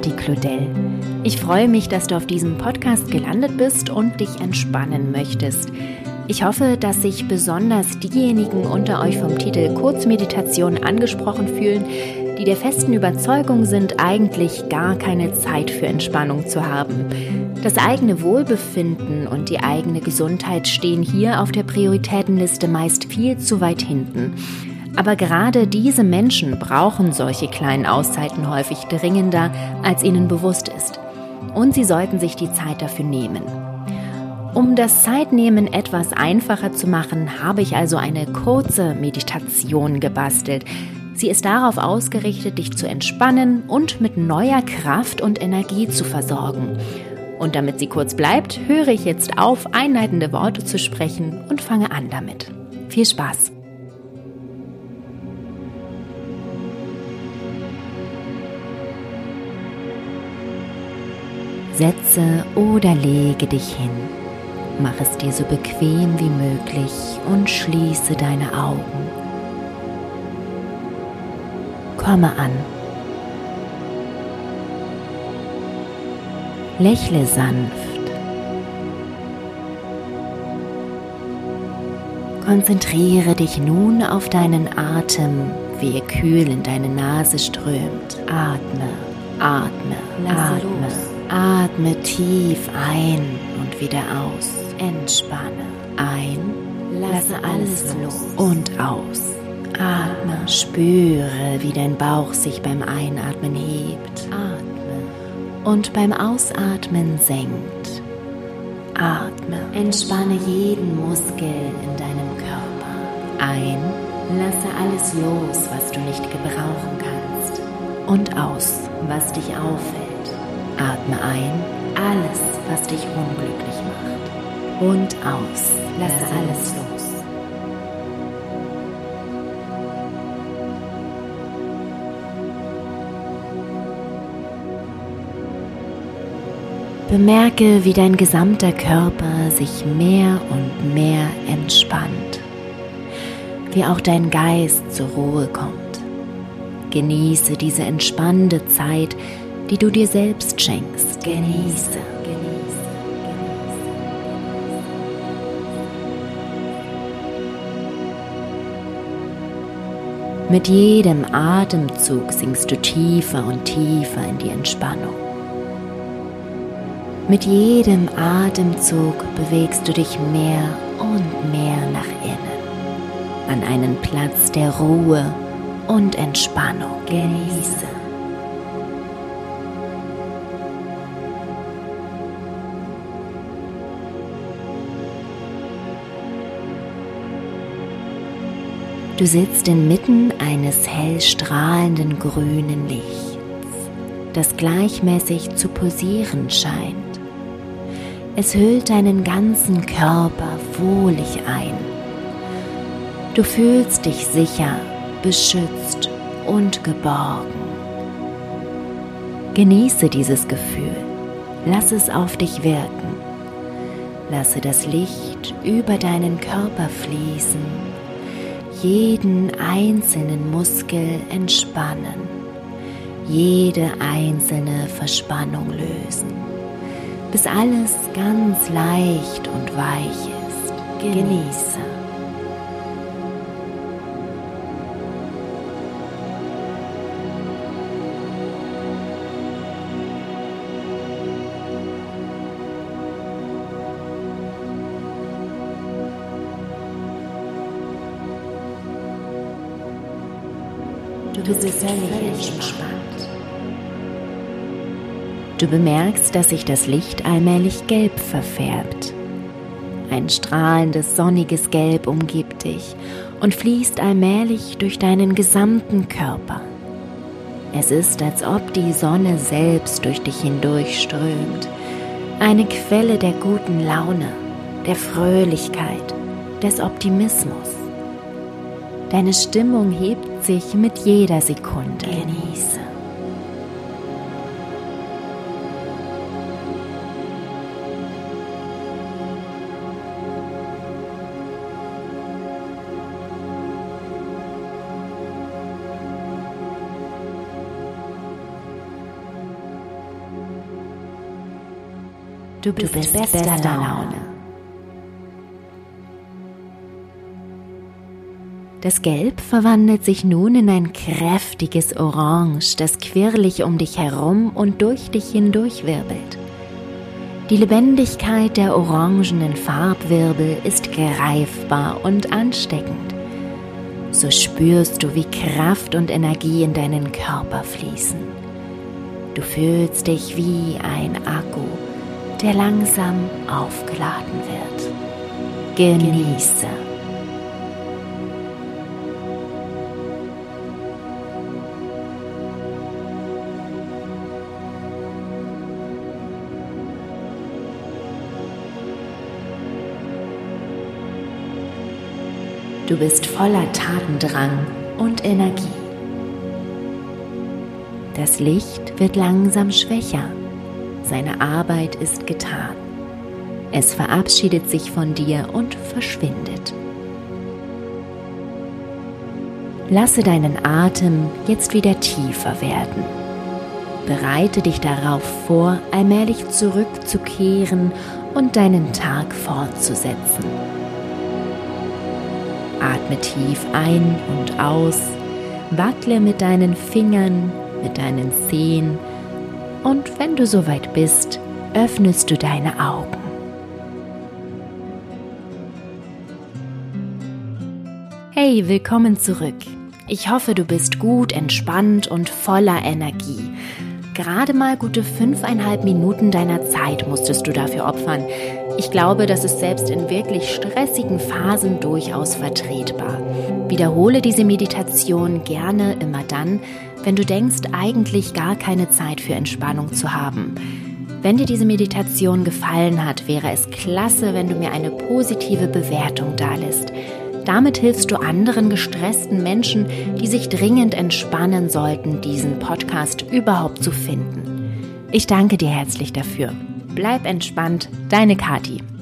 Kati Claudel. Ich freue mich, dass du auf diesem Podcast gelandet bist und dich entspannen möchtest. Ich hoffe, dass sich besonders diejenigen unter euch vom Titel Kurzmeditation angesprochen fühlen, die der festen Überzeugung sind, eigentlich gar keine Zeit für Entspannung zu haben. Das eigene Wohlbefinden und die eigene Gesundheit stehen hier auf der Prioritätenliste meist viel zu weit hinten. Aber gerade diese Menschen brauchen solche kleinen Auszeiten häufig dringender, als ihnen bewusst ist. Und sie sollten sich die Zeit dafür nehmen. Um das Zeitnehmen etwas einfacher zu machen, habe ich also eine kurze Meditation gebastelt. Sie ist darauf ausgerichtet, dich zu entspannen und mit neuer Kraft und Energie zu versorgen. Und damit sie kurz bleibt, höre ich jetzt auf, einleitende Worte zu sprechen und fange an damit. Viel Spaß! Setze oder lege dich hin. Mach es dir so bequem wie möglich und schließe deine Augen. Komme an. Lächle sanft. Konzentriere dich nun auf deinen Atem, wie er kühl in deine Nase strömt. Atme, atme, atme. Atme tief ein und wieder aus. Entspanne. Ein, lasse alles los und aus. Atme, spüre, wie dein Bauch sich beim Einatmen hebt. Atme und beim Ausatmen senkt. Atme, entspanne jeden Muskel in deinem Körper. Ein, lasse alles los, was du nicht gebrauchen kannst. Und aus, was dich auffällt. Atme ein, alles, was dich unglücklich macht. Und aus, lasse alles los. Bemerke, wie dein gesamter Körper sich mehr und mehr entspannt, wie auch dein Geist zur Ruhe kommt. Genieße diese entspannende Zeit, die du dir selbst schenkst. Genieße. Mit jedem Atemzug sinkst du tiefer und tiefer in die Entspannung. Mit jedem Atemzug bewegst du dich mehr und mehr nach innen, an einen Platz der Ruhe und Entspannung. Genieße. Du sitzt inmitten eines hell strahlenden grünen Lichts, das gleichmäßig zu pulsieren scheint. Es hüllt deinen ganzen Körper wohlig ein. Du fühlst dich sicher, beschützt und geborgen. Genieße dieses Gefühl. Lass es auf dich wirken. Lasse das Licht über deinen Körper fließen, jeden einzelnen Muskel entspannen, jede einzelne Verspannung lösen, bis alles ganz leicht und weich ist. Genieße. Du bist völlig entspannt. Du bemerkst, dass sich das Licht allmählich gelb verfärbt. Ein strahlendes, sonniges Gelb umgibt dich und fließt allmählich durch deinen gesamten Körper. Es ist, als ob die Sonne selbst durch dich hindurchströmt. Eine Quelle der guten Laune, der Fröhlichkeit, des Optimismus. Deine Stimmung hebt sich mit jeder Sekunde. Genieße. Du bist bester Laune. Das Gelb verwandelt sich nun in ein kräftiges Orange, das quirlig um dich herum und durch dich hindurch wirbelt. Die Lebendigkeit der orangenen Farbwirbel ist greifbar und ansteckend. So spürst du, wie Kraft und Energie in deinen Körper fließen. Du fühlst dich wie ein Akku, der langsam aufgeladen wird. Genieße. Du bist voller Tatendrang und Energie. Das Licht wird langsam schwächer. Seine Arbeit ist getan. Es verabschiedet sich von dir und verschwindet. Lasse deinen Atem jetzt wieder tiefer werden. Bereite dich darauf vor, allmählich zurückzukehren und deinen Tag fortzusetzen. Atme tief ein und aus, wackle mit deinen Fingern, mit deinen Zehen und wenn du soweit bist, öffnest du deine Augen. Hey, willkommen zurück. Ich hoffe, du bist gut, entspannt und voller Energie. Gerade mal gute 5,5 Minuten deiner Zeit musstest du dafür opfern. Ich glaube, das ist selbst in wirklich stressigen Phasen durchaus vertretbar. Wiederhole diese Meditation gerne immer dann, wenn du denkst, eigentlich gar keine Zeit für Entspannung zu haben. Wenn dir diese Meditation gefallen hat, wäre es klasse, wenn du mir eine positive Bewertung dalässt. Damit hilfst du anderen gestressten Menschen, die sich dringend entspannen sollten, diesen Podcast überhaupt zu finden. Ich danke dir herzlich dafür. Bleib entspannt, deine Kathi.